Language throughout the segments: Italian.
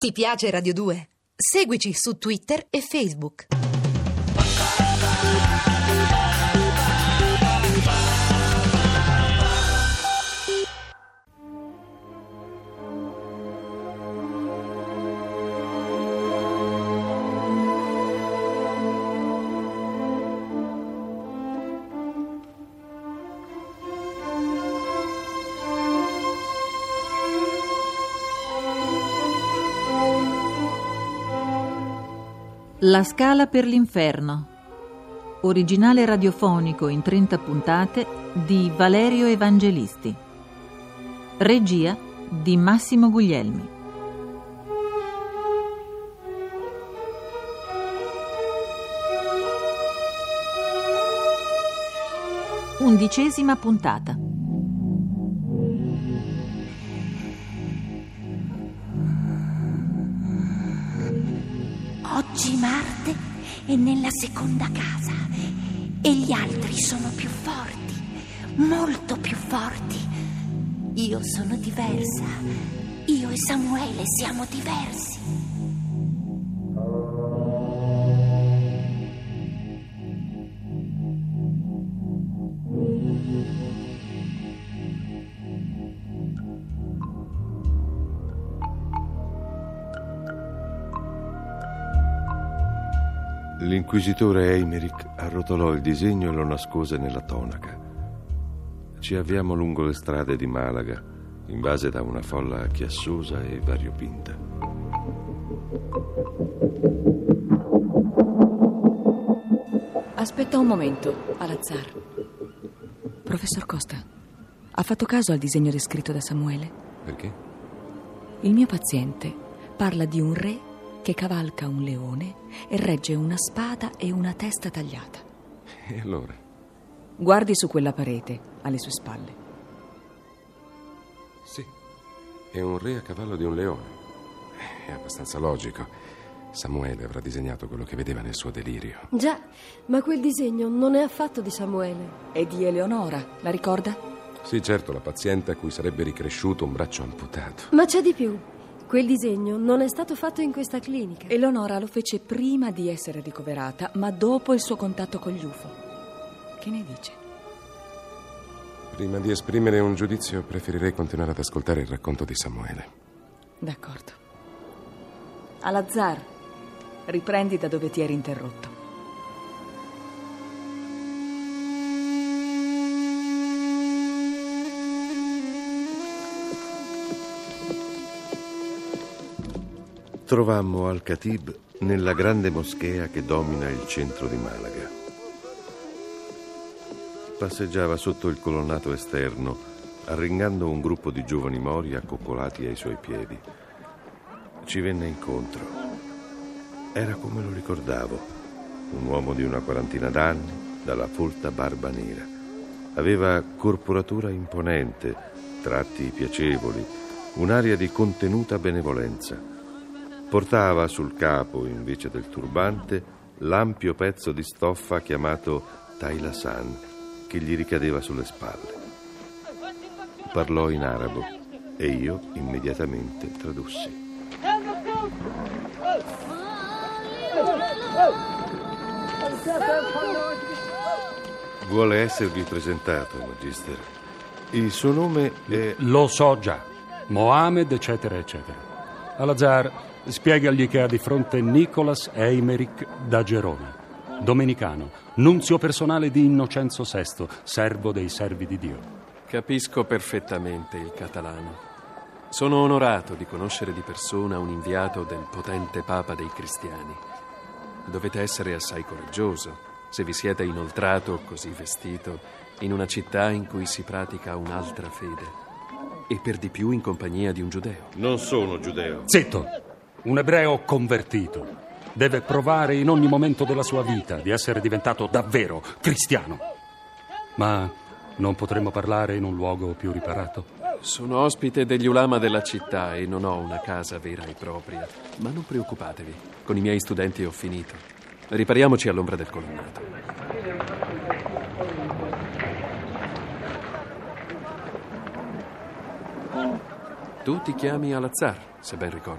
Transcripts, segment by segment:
Ti piace Radio 2? Seguici su Twitter e Facebook. La Scala per l'inferno, originale radiofonico in 30 puntate di Valerio Evangelisti, regia di Massimo Guglielmi. Undicesima puntata. Oggi Marte è nella seconda casa e gli altri sono più forti, molto più forti. Io sono diversa. Io e Samuele siamo diversi. L'inquisitore Eimerick arrotolò il disegno e lo nascose nella tonaca. Ci avviamo lungo le strade di Malaga, invase da una folla chiassosa e variopinta. Aspetta un momento, Al-Azzar. Professor Costa, ha fatto caso al disegno descritto da Samuele? Perché? Il mio paziente parla di un re che cavalca un leone e regge una spada e una testa tagliata. E allora? Guardi su quella parete, alle sue spalle. Sì, è un re a cavallo di un leone. È abbastanza logico. Samuele avrà disegnato quello che vedeva nel suo delirio. Già, ma quel disegno non è affatto di Samuele. È di Eleonora, la ricorda? Sì, certo, la paziente a cui sarebbe ricresciuto un braccio amputato. Ma c'è di più. Quel disegno non è stato fatto in questa clinica. Eleonora lo fece prima di essere ricoverata, ma dopo il suo contatto con gli UFO. Che ne dice? Prima di esprimere un giudizio, preferirei continuare ad ascoltare il racconto di Samuele. D'accordo. Al-Azzar, riprendi da dove ti eri interrotto. Trovammo Al-Khatib nella grande moschea che domina il centro di Malaga. Passeggiava sotto il colonnato esterno, arringando un gruppo di giovani mori accoccolati ai suoi piedi. Ci venne incontro. Era come lo ricordavo, un uomo di una quarantina d'anni, dalla folta barba nera. Aveva corporatura imponente, tratti piacevoli, un'aria di contenuta benevolenza. Portava sul capo, invece del turbante, l'ampio pezzo di stoffa chiamato tailasan, che gli ricadeva sulle spalle. Parlò in arabo e io immediatamente tradussi. Vuole esservi presentato, Magister. Il suo nome è... Lo so già. Mohamed, eccetera, eccetera. Al-Azzar, spiegagli che ha di fronte Nicolas Eimerick da Gerona, domenicano, nunzio personale di Innocenzo VI, servo dei servi di Dio. Capisco perfettamente il catalano. Sono onorato di conoscere di persona un inviato del potente Papa dei cristiani. Dovete essere assai coraggioso se vi siete inoltrato, così vestito, in una città in cui si pratica un'altra fede. E per di più in compagnia di un giudeo. Non sono giudeo. Zitto! Un ebreo convertito deve provare in ogni momento della sua vita di essere diventato davvero cristiano. Ma non potremmo parlare in un luogo più riparato? Sono ospite degli ulama della città e non ho una casa vera e propria. Ma non preoccupatevi, con i miei studenti ho finito. Ripariamoci all'ombra del colonnato. Tu ti chiami Al-Azzar, se ben ricordo.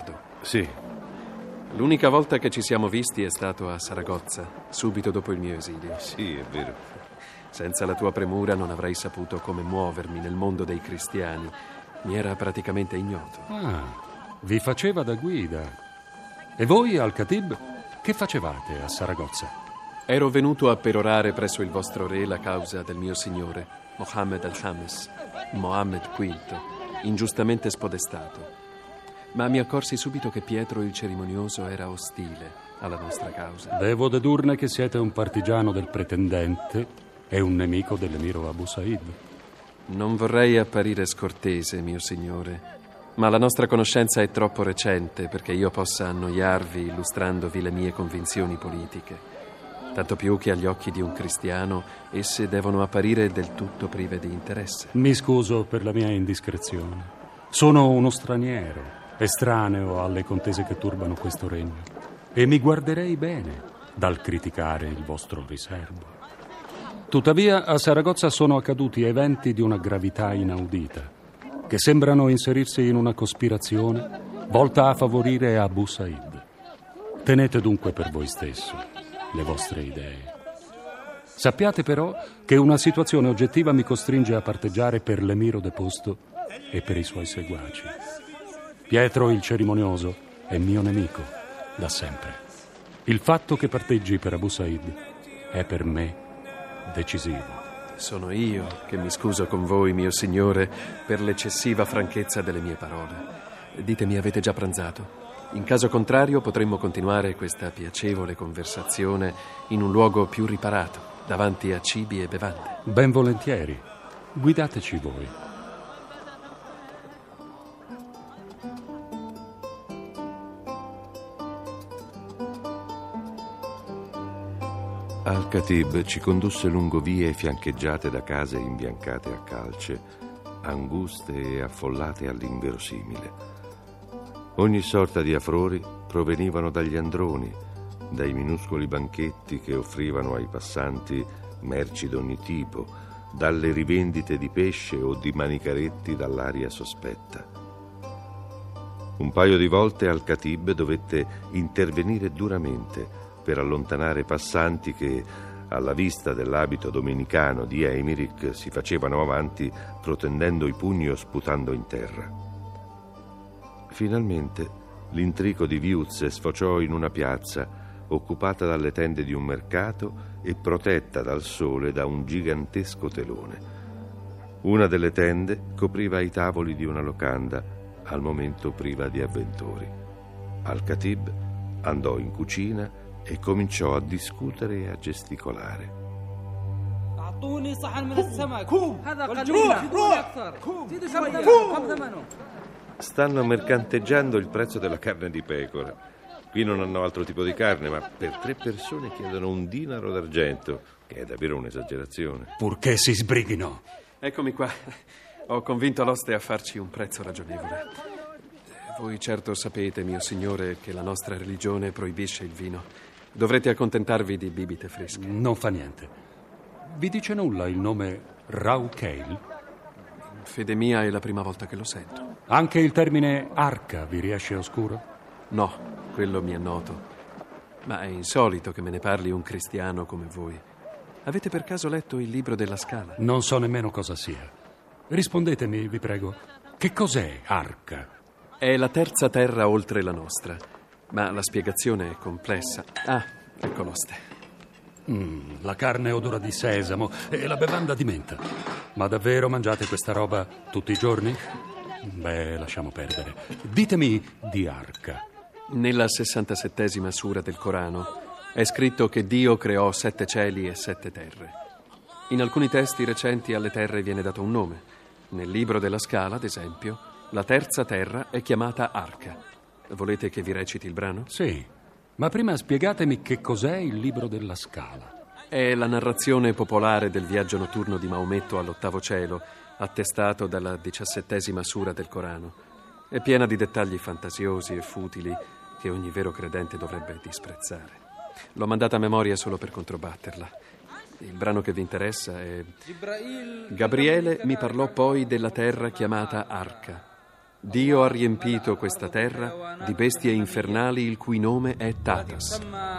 Sì. L'unica volta che ci siamo visti è stato a Saragozza, subito dopo il mio esilio. Sì, è vero. Senza la tua premura non avrei saputo come muovermi nel mondo dei cristiani. Mi era praticamente ignoto. Vi faceva da guida. E voi, Al-Khatib, che facevate a Saragozza? Ero venuto a perorare presso il vostro re la causa del mio signore, Mohammed al-Khamis, Mohammed V, ingiustamente spodestato. Ma mi accorsi subito che Pietro il Cerimonioso era ostile alla nostra causa. Devo dedurne che siete un partigiano del pretendente e un nemico dell'emiro Abu Said. Non vorrei apparire scortese, mio signore, ma la nostra conoscenza è troppo recente perché io possa annoiarvi illustrandovi le mie convinzioni politiche. Tanto più che agli occhi di un cristiano esse devono apparire del tutto prive di interesse. Mi scuso per la mia indiscrezione. Sono uno straniero, estraneo alle contese che turbano questo regno, e mi guarderei bene dal criticare il vostro riserbo. Tuttavia, a Saragozza sono accaduti eventi di una gravità inaudita, che sembrano inserirsi in una cospirazione volta a favorire Abu Said. Tenete dunque per voi stesso le vostre idee. Sappiate però che una situazione oggettiva mi costringe a parteggiare per l'emiro deposto e per i suoi seguaci. Pietro il Cerimonioso è mio nemico da sempre. Il fatto che parteggi per Abu Said è per me decisivo. Sono io che mi scuso con voi, mio signore, per l'eccessiva franchezza delle mie parole. Ditemi, avete già pranzato? In caso contrario potremmo continuare questa piacevole conversazione in un luogo più riparato, davanti a cibi e bevande. Ben volentieri. Guidateci voi. Al-Khatib ci condusse lungo vie fiancheggiate da case imbiancate a calce, anguste e affollate all'inverosimile. Ogni sorta di afrori provenivano dagli androni, dai minuscoli banchetti che offrivano ai passanti merci d'ogni tipo, dalle rivendite di pesce o di manicaretti dall'aria sospetta. Un paio di volte Al-Khatib dovette intervenire duramente per allontanare passanti che, alla vista dell'abito domenicano di Emerick, si facevano avanti protendendo i pugni o sputando in terra. Finalmente l'intrico di viuzze sfociò in una piazza occupata dalle tende di un mercato e protetta dal sole da un gigantesco telone. Una delle tende copriva i tavoli di una locanda, al momento priva di avventori. Al-Khatib andò in cucina e cominciò a discutere e a gesticolare. Stanno mercanteggiando il prezzo della carne di pecora. Qui non hanno altro tipo di carne, ma per 3 persone chiedono 1 dinaro d'argento, che è davvero un'esagerazione. Purché si sbrighino. Eccomi qua. Ho convinto l'oste a farci un prezzo ragionevole. Voi certo sapete, mio signore, che la nostra religione proibisce il vino. Dovrete accontentarvi di bibite fresche. Non fa niente. Vi dice nulla il nome Raukeil? Fede mia, è la prima volta che lo sento. Anche il termine arca vi riesce oscuro? No, quello mi è noto. Ma è insolito che me ne parli un cristiano come voi. Avete per caso letto il libro della Scala? Non so nemmeno cosa sia. Rispondetemi, vi prego. Che cos'è arca? È la terza terra oltre la nostra. Ma la spiegazione è complessa. Ah, ecco l'oste. La carne odora di sesamo e la bevanda di menta. Ma davvero mangiate questa roba tutti i giorni? Beh, lasciamo perdere. Ditemi di arca. Nella 67ª sura del Corano è scritto che Dio creò 7 cieli e 7 terre. In alcuni testi recenti alle terre viene dato un nome. Nel libro della Scala, ad esempio, la terza terra è chiamata arca. Volete che vi reciti il brano? Sì, ma prima spiegatemi che cos'è il libro della Scala. È la narrazione popolare del viaggio notturno di Maometto all'8° cielo, attestato dalla 17ª sura del Corano. È piena di dettagli fantasiosi e futili che ogni vero credente dovrebbe disprezzare. L'ho mandata a memoria solo per controbatterla. Il brano che vi interessa è... Gabriele mi parlò poi della terra chiamata Arca. Dio ha riempito questa terra di bestie infernali il cui nome è Tatas.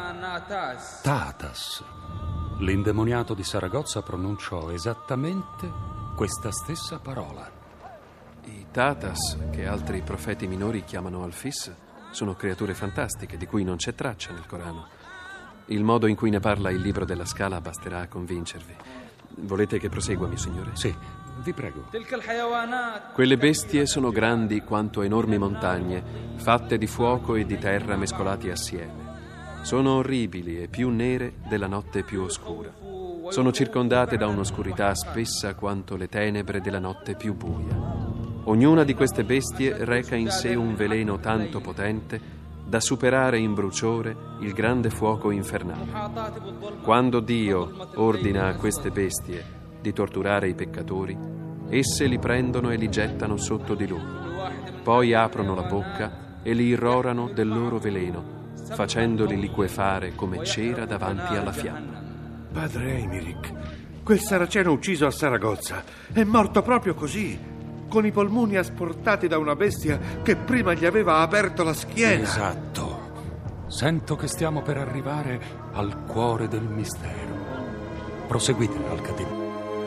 Tatas. L'indemoniato di Saragozza pronunciò esattamente questa stessa parola. I Tatas, che altri profeti minori chiamano Alfis, sono creature fantastiche di cui non c'è traccia nel Corano. Il modo in cui ne parla il libro della Scala basterà a convincervi. Volete che prosegua, mio signore? Sì, vi prego. Quelle bestie sono grandi quanto enormi montagne, fatte di fuoco e di terra mescolati assieme. Sono orribili e più nere della notte più oscura. Sono circondate da un'oscurità spessa quanto le tenebre della notte più buia. Ognuna di queste bestie reca in sé un veleno tanto potente da superare in bruciore il grande fuoco infernale. Quando Dio ordina a queste bestie di torturare i peccatori, esse li prendono e li gettano sotto di loro. Poi aprono la bocca e li irrorano del loro veleno, facendoli liquefare come cera davanti alla fiamma. Padre Emerick, quel saraceno ucciso a Saragozza è morto proprio così, con i polmoni asportati da una bestia che prima gli aveva aperto la schiena. Esatto. Sento che stiamo per arrivare al cuore del mistero. Proseguite, Al-Khatib.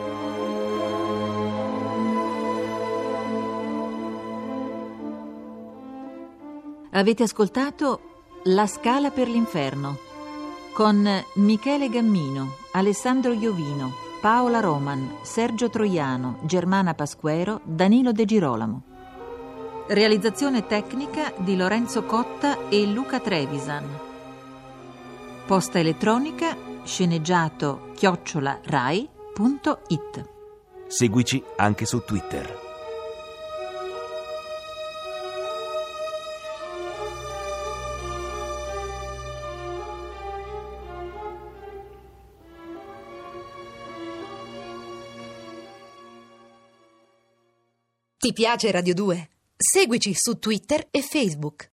Avete ascoltato La Scala per l'Inferno con Michele Gammino, Alessandro Iovino, Paola Roman, Sergio Troiano, Germana Pasquero, Danilo De Girolamo. Realizzazione tecnica di Lorenzo Cotta e Luca Trevisan. Posta elettronica sceneggiato@rai.it. Seguici anche su Twitter. Ti piace Radio 2? Seguici su Twitter e Facebook.